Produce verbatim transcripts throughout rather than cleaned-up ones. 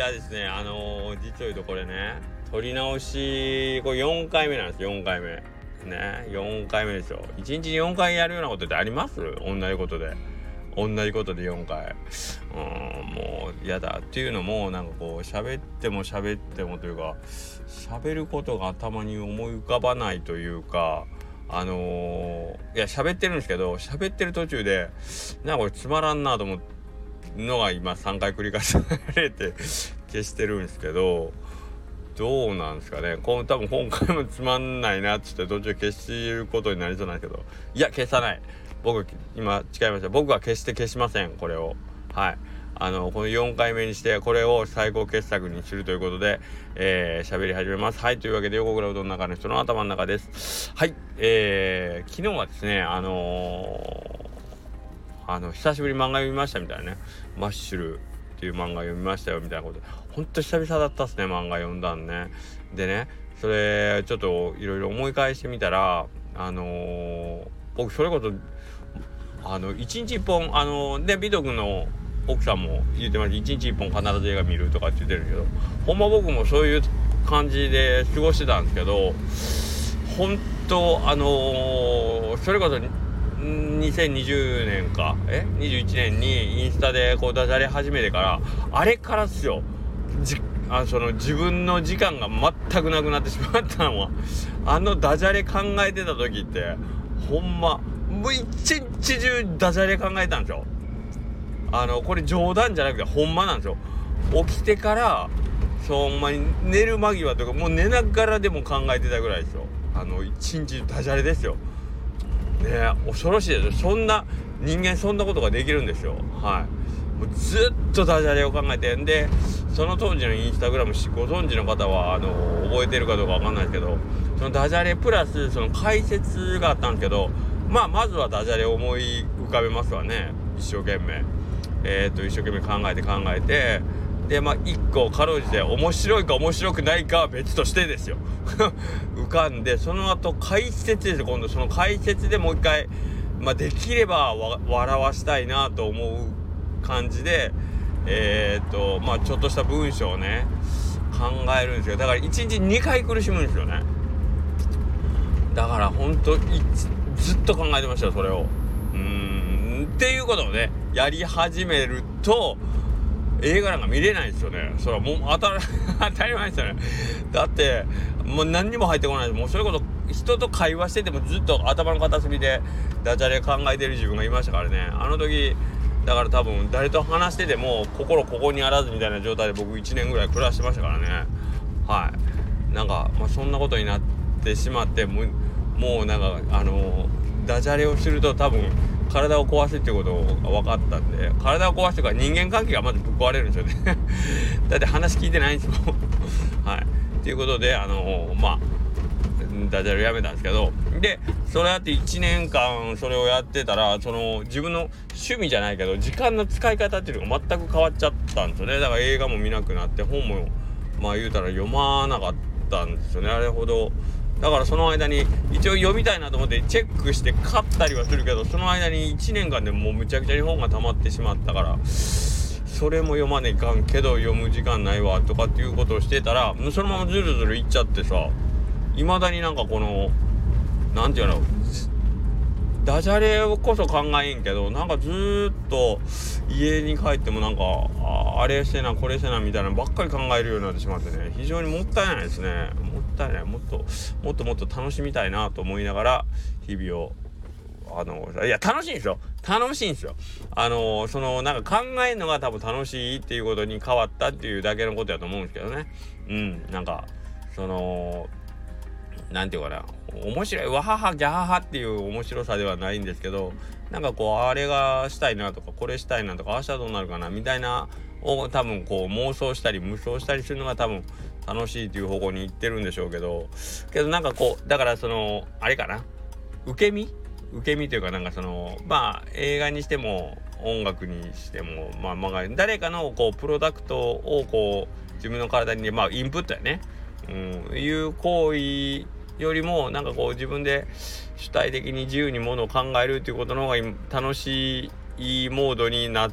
やですね、あのー、実を言うとこれね、撮り直しこれよんかいめなんです。よんかいめね、よんかいめですよ。いちにちによんかいやるようなことってあります？同じことで同じことでよんかい。うーんもう嫌だっていうのも、なんかこう喋っても喋ってもというか、喋ることが頭に思い浮かばないというか、あのー、いや喋ってるんですけど、喋ってる途中でなんかこれつまらんなと思うのが今さんかい繰り返されて消してるんですけど、どうなんですかね。こう多分今回もつまんないなっつって途中消すことになりそうなんですけど、いや消さない。僕今誓いました。僕は決して消しません。これをはいあのこのよんかいめにしてこれを最高傑作にするということで、えー、喋り始めます。はい、というわけで横倉うどんの中の人の頭の中です。はい、えー、昨日はですね、あのー、あの久しぶりに漫画読みましたみたいなね、マッシュルっていう漫画読みましたよみたいなことで、ほんと久々だったっすね、漫画読んだんね。でね、それちょっといろいろ思い返してみたら、あのー、僕それこそあのいちにちいっぽん、あのー、でビト君の奥さんも言ってました。いちにちいっぽん必ず映画見るとかって言ってるけど、ほんま僕もそういう感じで過ごしてたんですけど、本当あのー、それこそにせんにじゅうねんかえにじゅういちねんにインスタでこうダジャレ始めてから、あれからっすよ、じあその自分の時間が全くなくなってしまったのは、あのダジャレ考えてた時ってほんまもう一日中ダジャレ考えたんですよ。あのこれ冗談じゃなくてほんまなんですよ。起きてからそうほんまに寝る間際とかもう寝ながらでも考えてたぐらいですよ。あの一日ダジャレですよね。え恐ろしいですよ。そんな人間そんなことができるんですよ。はい、もうずっとダジャレを考えてんで、その当時のインスタグラムご存知の方はあの覚えてるかどうかわかんないですけど、そのダジャレプラスその解説があったんですけど、まあまずはダジャレを思い浮かべますわね。一生懸命えー、っと一生懸命考えて考えて、でまあいっこかろうじて面白いか面白くないかは別としてですよ浮かんで、その後解説ですよ。今度その解説でもう一回、まあ、できればわ笑わしたいなと思う感じで、えー、っとまあちょっとした文章をね考えるんですよ。だからいちにちにかい苦しむんですよね。だからほんとずっと考えてましたよ、それを。うーんっていうことをねやり始めると映画なんか見れないんですよね。それはもう当た当たり前ですよね。だってもう何にも入ってこないです。もうそれこそ人と会話しててもずっと頭の片隅でダジャレ考えてる自分がいましたからね。あの時だから多分誰と話してても心ここにあらずみたいな状態で僕いちねんぐらい暮らしてましたからね。はいなんか、まあ、そんなことになってしまって、もう、もうなんかあのダジャレをすると多分体を壊すっていうことが分かったんで、体を壊すとか人間関係がまずぶっ壊れるんですよねだって話聞いてないんですよはいということであのまあダジャレやめたんですけど、でそれやっていちねんかんそれをやってたら、その自分の趣味じゃないけど時間の使い方っていうのが全く変わっちゃったんですよね。だから映画も見なくなって本もまあ言うたら読まなかったんですよね、あれほど。だからその間に一応読みたいなと思ってチェックして買ったりはするけど、その間にいちねんかんでもうむちゃくちゃに本が溜まってしまったから、それも読まねえかんけど読む時間ないわとかっていうことをしてたら、そのままずるずるいっちゃってさ、いまだになんかこのなんていうのダジャレこそ考えんけど、なんかずーっと家に帰ってもなんか あ, あれせなこれせなみたいなのばっかり考えるようになってしまってね、非常にもったいないですね。もったいない。もっともっともっと楽しみたいなと思いながら日々をあのいや楽しいんですよ楽しいんですよあのそのなんか考えるのが多分楽しいっていうことに変わったっていうだけのことだと思うんですけどね。うんなんかそのなんていうかな、面白いわははギャハハっていう面白さではないんですけど、なんかこうあれがしたいなとかこれしたいなとか明日どうなるかなみたいなを多分こう妄想したり無双したりするのが多分楽しいっていう方向に行ってるんでしょうけど、けどなんかこうだからそのあれかな、受け身受け身というか、なんかそのまあ映画にしても音楽にしてもまあまあ誰かのこうプロダクトをこう自分の体にまあインプットやね、うん、いう行為よりもなんかこう自分で主体的に自由にものを考えるっていうことの方が楽しいモードになっ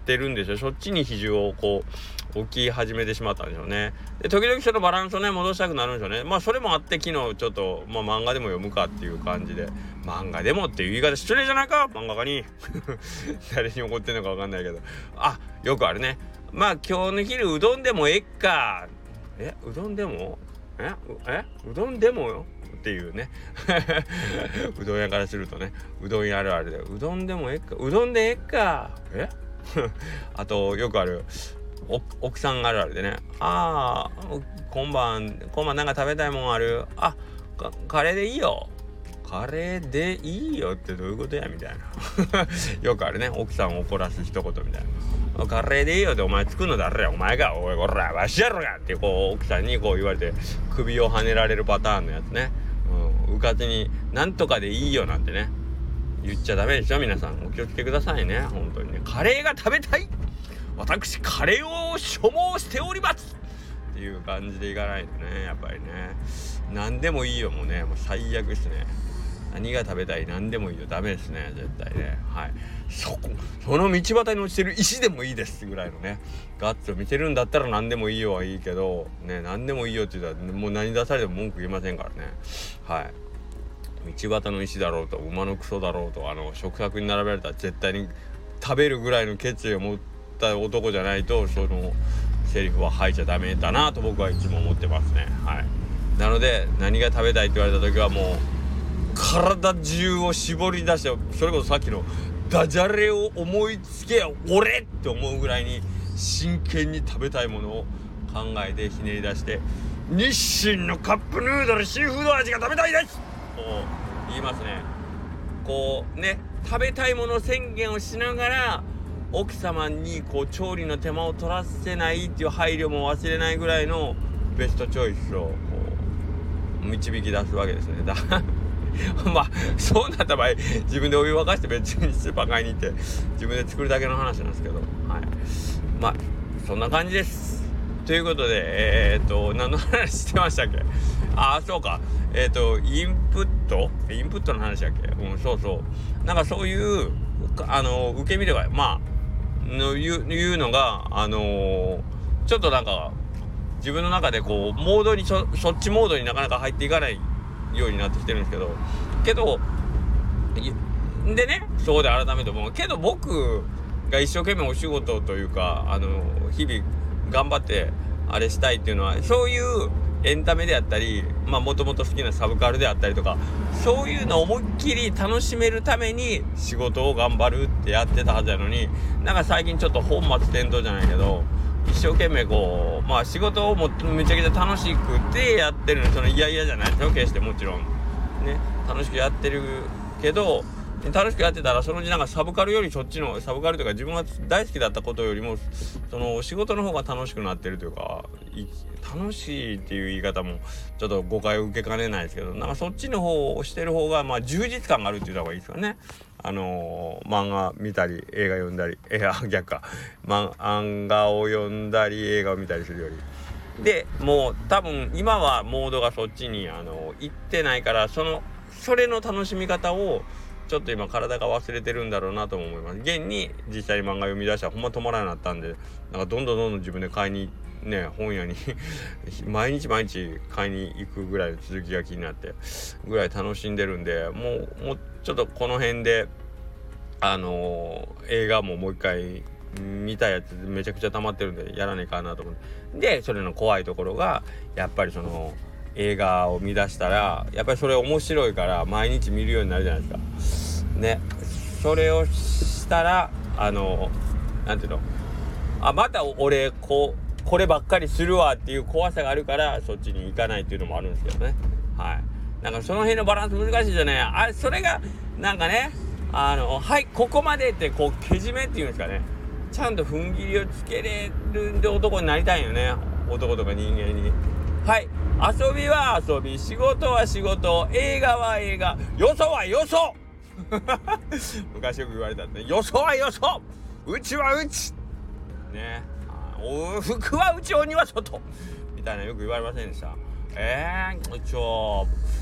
ってるんでしょ。そっちに比重をこう置き始めてしまったんでしょうね。で時々そのバランスをね戻したくなるんでしょうね。まあそれもあって昨日ちょっと、まあ、漫画でも読むかっていう感じで、漫画でもっていう言い方失礼じゃないか漫画家に誰に怒ってんのか分かんないけど、あよくあるね。まあ今日の昼うどんでもえっか、えうどんでもえうえうどんでもよっていうねうどん屋からするとね、うどん屋あるあるでうどんでもえっか、うどんでえっか、えあとよくある奥さんあるあるでね、ああ今晩今晩なんか食べたいもんある、あカレーでいいよ、カレーでいいよってどういうことやみたいなよくあるね、奥さんを怒らす一言みたいな、カレーでいいよってお前作るの誰やお前が、おいこらわしやろがってこう奥さんにこう言われて首をはねられるパターンのやつね、うん、うかつになんとかでいいよなんてね言っちゃダメですよ。皆さんお気をつけくださいね。本当にね、カレーが食べたい、私カレーを所望しておりますっていう感じでいかないとね、やっぱりね何でもいいよもうねもう最悪ですね。何が食べたい何でもいいよダメですね絶対ね。はい、そこその道端に落ちてる石でもいいですぐらいのねガッツを見せるんだったら何でもいいよはいいけどね、何でもいいよって言ったらもう何出されても文句言えませんからね。はい、道端の石だろうと馬のクソだろうとあの食卓に並べられたら絶対に食べるぐらいの決意を持った男じゃないとそのセリフは吐いちゃダメだなと僕はいつも思ってますね。はい、なので何が食べたいって言われた時はもう体中を絞り出して、それこそさっきのダジャレを思いつけよ俺って思うぐらいに真剣に食べたいものを考えてひねり出して、日清のカップヌードルシーフード味が食べたいですと言いますね。こうね食べたいもの宣言をしながら奥様にこう調理の手間を取らせないっていう配慮も忘れないぐらいのベストチョイスをこう導き出すわけですね。だまあそうなった場合自分でお湯沸かして別にスーパー買いに行って自分で作るだけの話なんですけど、はい、まあそんな感じです。ということでえー、っと何の話してましたっけ。ああそうかえー、っとインプットインプットの話だっけ。うんそうそうなんかそういうあの受け身ではまあの言う、言うのがあのー、ちょっとなんか自分の中でこうモードに そ, そっちモードになかなか入っていかないようになってきてるんですけどけどでねそうで改めて思うけど僕が一生懸命お仕事というかあの日々頑張ってあれしたいっていうのはそういうエンタメであったりまあもともと好きなサブカルであったりとかそういうのを思いっきり楽しめるために仕事を頑張るってやってたはずなのになんか最近ちょっと本末転倒じゃないけど一生懸命こうまあ仕事をもめちゃくちゃ楽しくてやってるのそのいやいやじゃないですよ決してもちろんね楽しくやってるけど楽しくやってたらそのうちなんかサブカルよりそっちのサブカルというか自分が大好きだったことよりもその仕事の方が楽しくなってるというか楽しいっていう言い方もちょっと誤解を受けかねないですけどなんかそっちの方をしてる方がまあ充実感があるって言った方がいいですよね。あのー、漫画見たり映画読んだり映画逆か漫画を読んだり映画を見たりするよりでもう多分今はモードがそっちにあの行ってないからそのそれの楽しみ方をちょっと今体が忘れてるんだろうなとも思います。現に実際に漫画読み出したらほんま止まらなくなったんでなんかどんどんどんどん自分で買いにね本屋に毎日毎日買いに行くぐらいの続きが気になってぐらい楽しんでるんでもうもうちょっとこの辺であのー、映画ももう一回見たやつめちゃくちゃ溜まってるんでやらねえかなと思う。でそれの怖いところがやっぱりその映画を見出したらやっぱりそれ面白いから毎日見るようになるじゃないですかね。それをしたらあのなんていうのあまた俺こうこればっかりするわっていう怖さがあるからそっちに行かないっていうのもあるんですけどね。はいなんかその辺のバランス難しいじゃねあそれがなんかねあのはいここまでってこうけじめっていうんですかねちゃんと踏ん切りをつけれるんで男になりたいよね男とか人間に。はい遊びは遊び仕事は仕事映画は映画よそはよそ昔よく言われたんでよそはよそうちはうちねお服はうち鬼は外みたいなよく言われませんでした。えー、ちょ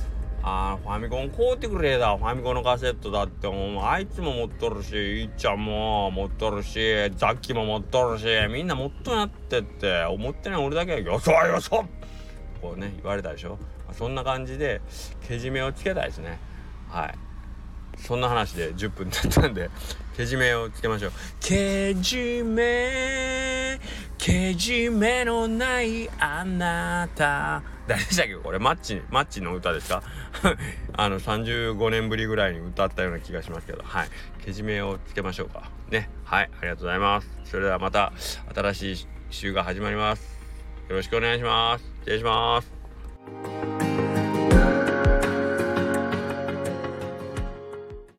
あーファミコン買うてくれだ、ファミコンのカセットだって。もうあいつも持っとるし、いっちゃんも持っとるし、ザッキーも持っとるし、みんな持っとんやってって、思ってない俺だけはよそよそこうね言われたでしょ。そんな感じでけじめをつけたいですね。はい、そんな話でじゅっぷん経ったんでけじめをつけましょう。けじめけじめのないあなた、誰でしたっけこれ。マッチマッチの歌ですかあのさんじゅうごねんぶりぐらいに歌ったような気がしますけど、はい、けじめをつけましょうかね。はい、ありがとうございます。それではまた新しい週が始まります。よろしくお願いします。失礼します。